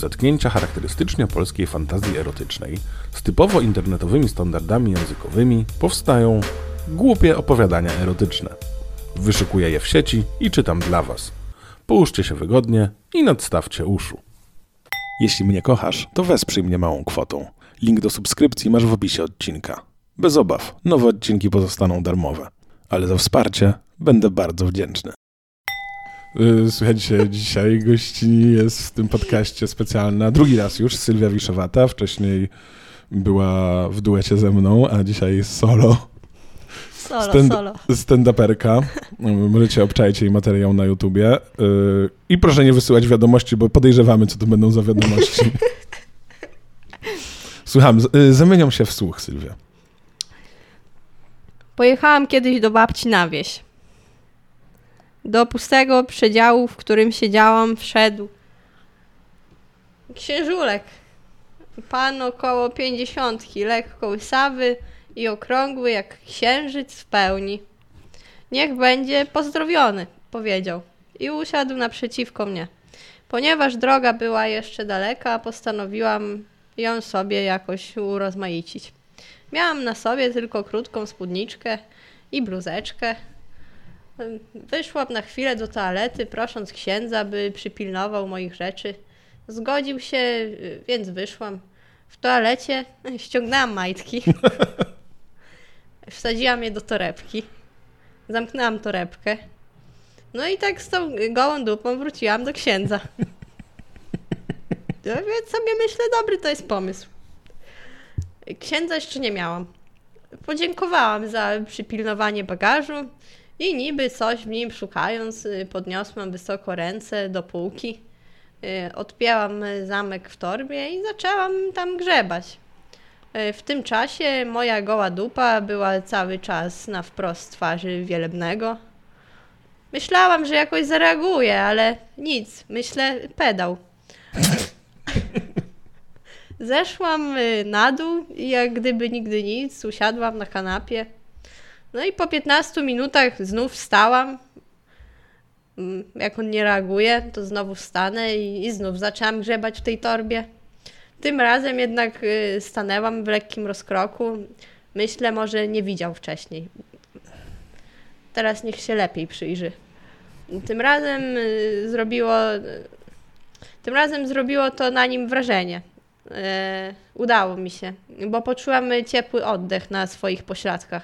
zetknięcia charakterystycznie polskiej fantazji erotycznej z typowo internetowymi standardami językowymi powstają głupie opowiadania erotyczne. Wyszukuję je w sieci i czytam dla Was. Połóżcie się wygodnie i nadstawcie uszu. Jeśli mnie kochasz, to wesprzyj mnie małą kwotą. Link do subskrypcji masz w opisie odcinka. Bez obaw, nowe odcinki pozostaną darmowe. Ale za wsparcie będę bardzo wdzięczny. Słuchajcie, dzisiaj gościni jest w tym podcaście specjalna, drugi raz już, Sylwia Wiszowata. Wcześniej była w duecie ze mną, a dzisiaj jest solo. Solo. Stand-uperka. Możecie obczaić jej materiał na YouTubie. I proszę nie wysyłać wiadomości, bo podejrzewamy, co to będą za wiadomości. Słucham, zamieniam się w słuch, Sylwia. Pojechałam kiedyś do babci na wieś. Do pustego przedziału, w którym siedziałam, wszedł księżulek. Pan około 50, lekko łysawy i okrągły jak księżyc w pełni. Niech będzie pozdrowiony, powiedział i usiadł naprzeciwko mnie. Ponieważ droga była jeszcze daleka, postanowiłam ją sobie jakoś urozmaicić. Miałam na sobie tylko krótką spódniczkę i bluzeczkę. Wyszłam na chwilę do toalety, prosząc księdza, by przypilnował moich rzeczy. Zgodził się, więc wyszłam. W toalecie ściągnęłam majtki. Wsadziłam je do torebki. Zamknęłam torebkę. No i tak z tą gołą dupą wróciłam do księdza. Więc sobie myślę, dobry to jest pomysł. Księdza jeszcze nie miałam. Podziękowałam za przypilnowanie bagażu i niby coś w nim szukając podniosłam wysoko ręce do półki. Odpięłam zamek w torbie i zaczęłam tam grzebać. W tym czasie moja goła dupa była cały czas na wprost twarzy Wielebnego. Myślałam, że jakoś zareaguje, ale nic. Myślę, pedał. Zeszłam na dół i jak gdyby nigdy nic, usiadłam na kanapie. No i po 15 minutach znów wstałam. Jak on nie reaguje, to znowu wstanę i znów zaczęłam grzebać w tej torbie. Tym razem jednak stanęłam w lekkim rozkroku. Myślę, może nie widział wcześniej. Teraz niech się lepiej przyjrzy. Tym razem zrobiło to na nim wrażenie. Udało mi się, bo poczułam ciepły oddech na swoich pośladkach.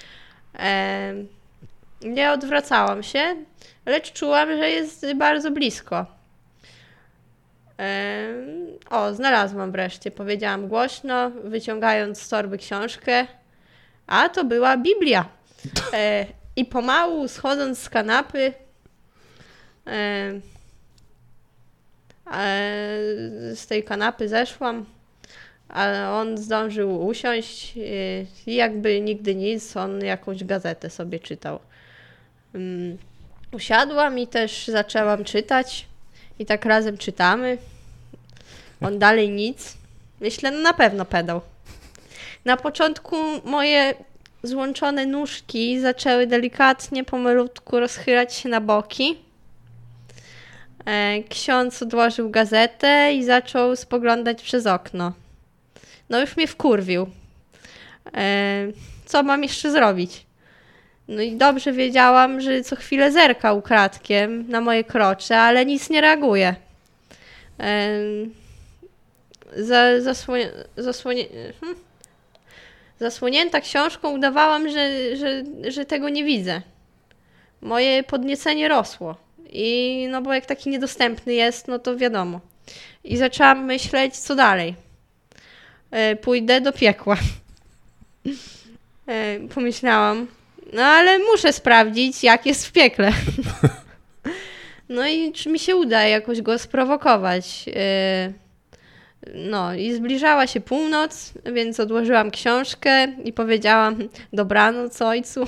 Nie odwracałam się, lecz czułam, że jest bardzo blisko. Znalazłam wreszcie, powiedziałam głośno, wyciągając z torby książkę, a to była Biblia. I pomału schodząc z kanapy, z tej kanapy zeszłam, ale on zdążył usiąść i jakby nigdy nic, on jakąś gazetę sobie czytał. Usiadłam i też zaczęłam czytać i tak razem czytamy. On dalej nic. Myślę, no na pewno pedał. Na początku moje złączone nóżki zaczęły delikatnie, pomalutku rozchylać się na boki. Ksiądz odłożył gazetę i zaczął spoglądać przez okno. No już mnie wkurwił. Co mam jeszcze zrobić? No i dobrze wiedziałam, że co chwilę zerka ukradkiem na moje krocze, ale nic nie reaguje. Zasłonięta książką udawałam, że tego nie widzę. Moje podniecenie rosło. I no bo jak taki niedostępny jest, no to wiadomo. I zaczęłam myśleć, co dalej. Pójdę do piekła. Pomyślałam, no ale muszę sprawdzić, jak jest w piekle. No i czy mi się uda jakoś go sprowokować. No i zbliżała się północ, więc odłożyłam książkę i powiedziałam dobranoc ojcu.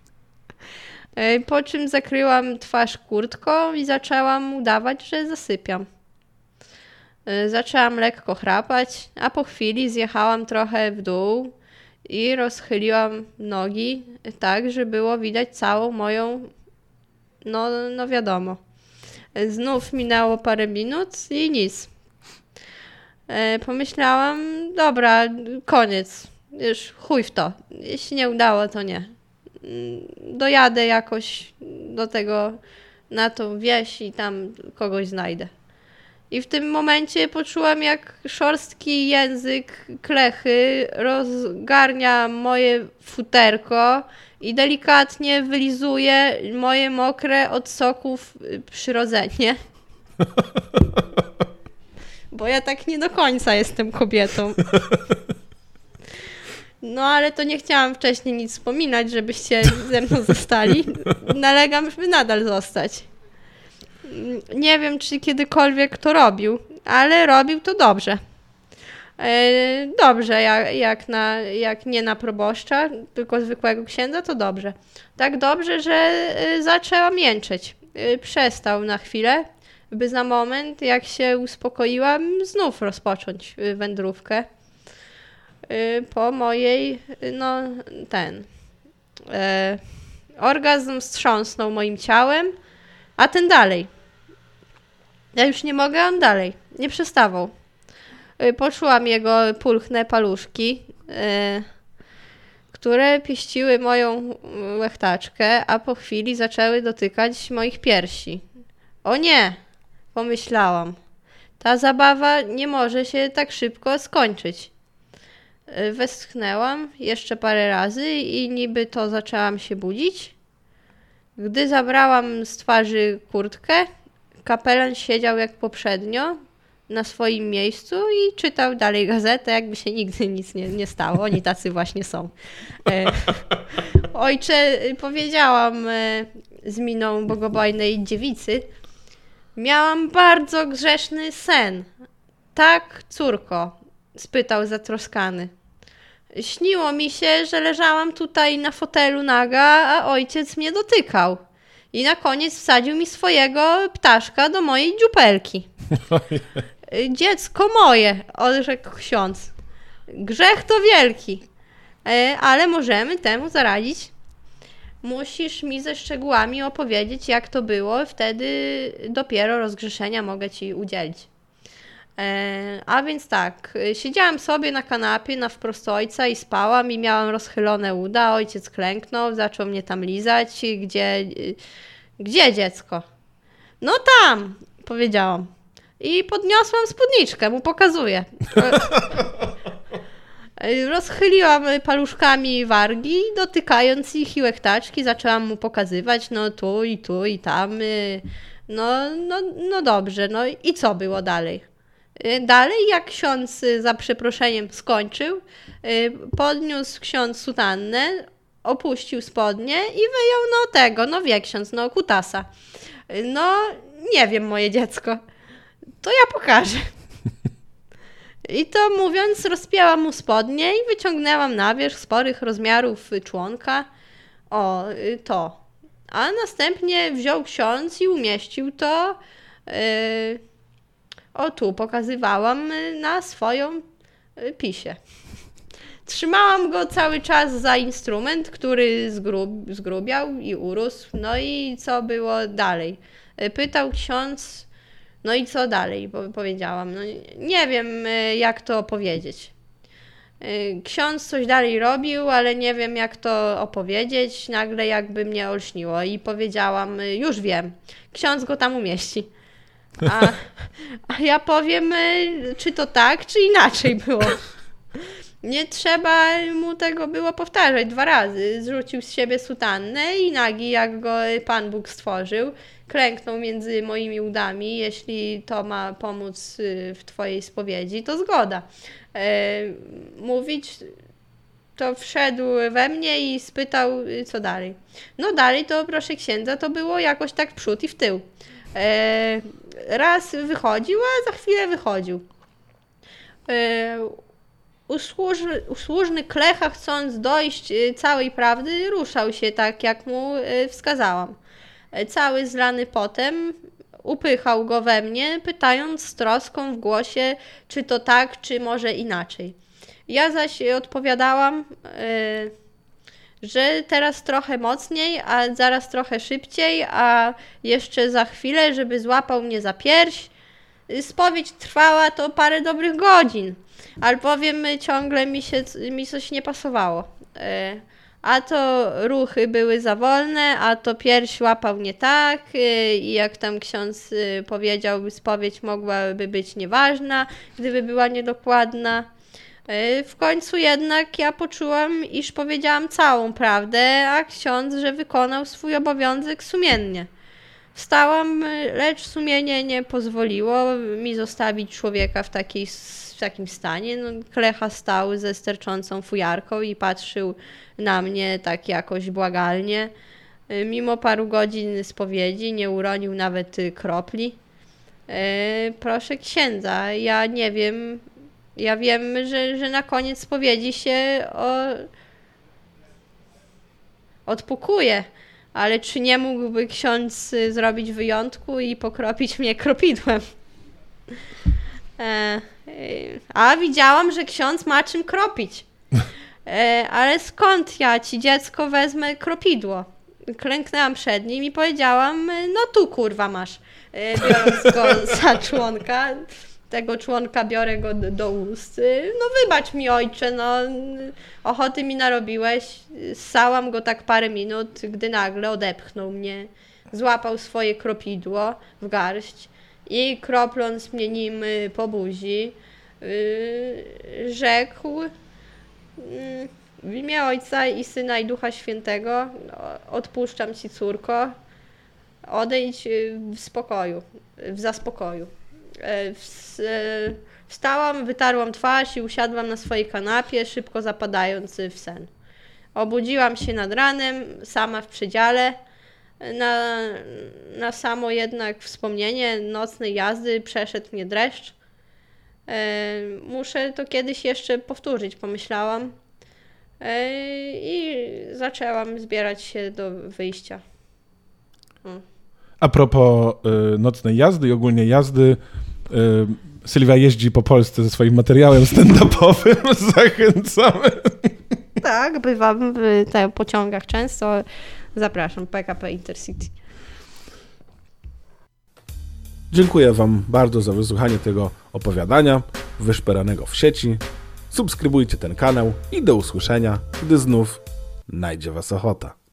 Po czym zakryłam twarz kurtką i zaczęłam udawać, że zasypiam. Zaczęłam lekko chrapać, a po chwili zjechałam trochę w dół i rozchyliłam nogi tak, że było widać całą moją, no wiadomo. Znów minęło parę minut i nic. Pomyślałam, dobra, koniec, już chuj w to. Jeśli nie udało, to nie. Dojadę jakoś do tego, na tą wieś i tam kogoś znajdę. I w tym momencie poczułam, jak szorstki język klechy rozgarnia moje futerko i delikatnie wylizuje moje mokre od soków przyrodzenie. Bo ja tak nie do końca jestem kobietą. No ale to nie chciałam wcześniej nic wspominać, żebyście ze mną zostali. Nalegam, żeby nadal zostać. Nie wiem, czy kiedykolwiek to robił, ale robił to dobrze. Dobrze, jak nie na proboszcza, tylko zwykłego księdza, to dobrze. Tak dobrze, że zaczęłam jęczeć. Przestał na chwilę, by za moment, jak się uspokoiłam, znów rozpocząć wędrówkę. Po mojej, orgazm wstrząsnął moim ciałem, a ten dalej. Ja już nie mogę, on dalej. Nie przestawał. Poczułam jego pulchne paluszki, które pieściły moją łechtaczkę, a po chwili zaczęły dotykać moich piersi. O nie! Pomyślałam. Ta zabawa nie może się tak szybko skończyć. Westchnęłam jeszcze parę razy i niby to zaczęłam się budzić. Gdy zabrałam z twarzy kurtkę, kapelan siedział jak poprzednio na swoim miejscu i czytał dalej gazetę, jakby się nigdy nic nie stało. Oni tacy właśnie są. Ojcze, powiedziałam z miną bogobojnej dziewicy, miałam bardzo grzeszny sen. Tak, córko? Spytał zatroskany. Śniło mi się, że leżałam tutaj na fotelu naga, a ojciec mnie dotykał. I na koniec wsadził mi swojego ptaszka do mojej dziupelki. Dziecko moje, odrzekł ksiądz. Grzech to wielki, ale możemy temu zaradzić. Musisz mi ze szczegółami opowiedzieć, jak to było, wtedy dopiero rozgrzeszenia mogę ci udzielić. A więc tak, siedziałam sobie na kanapie na wprost ojca i spałam i miałam rozchylone uda. Ojciec klęknął, zaczął mnie tam lizać. Gdzie dziecko? No tam, powiedziałam. I podniosłam spódniczkę, mu pokazuję. Rozchyliłam paluszkami wargi, dotykając ich i łechtaczki, zaczęłam mu pokazywać, no tu i tam. No dobrze, no i co było dalej? Dalej, jak ksiądz za przeproszeniem skończył, podniósł ksiądz sutannę, opuścił spodnie i wyjął wie ksiądz, kutasa. No, nie wiem, moje dziecko. To ja pokażę. I to mówiąc, rozpięłam mu spodnie i wyciągnęłam na wierzch sporych rozmiarów członka. To. A następnie wziął ksiądz i umieścił to. Tu pokazywałam na swoją pisie. Trzymałam go cały czas za instrument, który zgrubiał i urósł. No i co było dalej? Pytał ksiądz, no i co dalej? Powiedziałam, no nie wiem, jak to opowiedzieć. Ksiądz coś dalej robił, ale nie wiem, jak to opowiedzieć. Nagle jakby mnie olśniło i powiedziałam, już wiem, ksiądz go tam umieści. A ja powiem, czy to tak, czy inaczej było. Nie trzeba mu tego było powtarzać 2 razy. Zrzucił z siebie sutannę i nagi, jak go Pan Bóg stworzył, klęknął między moimi udami. Jeśli to ma pomóc w twojej spowiedzi, to zgoda. Mówić, to wszedł we mnie i spytał, co dalej. No dalej to, proszę księdza, to było jakoś tak w przód i w tył. Raz wychodził, a za chwilę wychodził. Usłużny klecha, chcąc dojść całej prawdy, ruszał się tak, jak mu wskazałam. Cały zlany potem upychał go we mnie, pytając z troską w głosie, czy to tak, czy może inaczej. Ja zaś odpowiadałam, że teraz trochę mocniej, a zaraz trochę szybciej, a jeszcze za chwilę, żeby złapał mnie za pierś. Spowiedź trwała to parę dobrych godzin, albowiem ciągle mi coś nie pasowało. A to ruchy były za wolne, a to pierś łapał nie tak i jak tam ksiądz powiedział, spowiedź mogłaby być nieważna, gdyby była niedokładna. W końcu jednak ja poczułam, iż powiedziałam całą prawdę, a ksiądz, że wykonał swój obowiązek sumiennie. Wstałam, lecz sumienie nie pozwoliło mi zostawić człowieka w takim stanie. No, klecha stał ze sterczącą fujarką i patrzył na mnie tak jakoś błagalnie. Mimo paru godzin spowiedzi nie uronił nawet kropli. Proszę księdza, ja nie wiem, ja wiem, że na koniec spowiedzi się odpukuje. Ale czy nie mógłby ksiądz zrobić wyjątku i pokropić mnie kropidłem? A widziałam, że ksiądz ma czym kropić. Ale skąd ja ci, dziecko, wezmę kropidło? Klęknęłam przed nim i powiedziałam, no tu kurwa masz. Biorąc go za członka, tego członka biorę go do ust. No wybacz mi, ojcze, no ochoty mi narobiłeś. Ssałam go tak parę minut, gdy nagle odepchnął mnie. Złapał swoje kropidło w garść i kropląc mnie nim po buzi, rzekł: w imię Ojca i Syna i Ducha Świętego odpuszczam ci, córko, odejdź w spokoju, w zaspokoju. Wstałam, wytarłam twarz i usiadłam na swojej kanapie, szybko zapadając w sen. Obudziłam się nad ranem, sama w przedziale. Na samo jednak wspomnienie nocnej jazdy przeszedł mnie dreszcz. Muszę to kiedyś jeszcze powtórzyć, pomyślałam. I zaczęłam zbierać się do wyjścia. A propos nocnej jazdy i ogólnie jazdy, Sylwia jeździ po Polsce ze swoim materiałem stand-upowym. Zachęcamy. Tak, bywam w pociągach często. Zapraszam, PKP Intercity. Dziękuję wam bardzo za wysłuchanie tego opowiadania wyszperanego w sieci. Subskrybujcie ten kanał i do usłyszenia, gdy znów najdzie was ochota.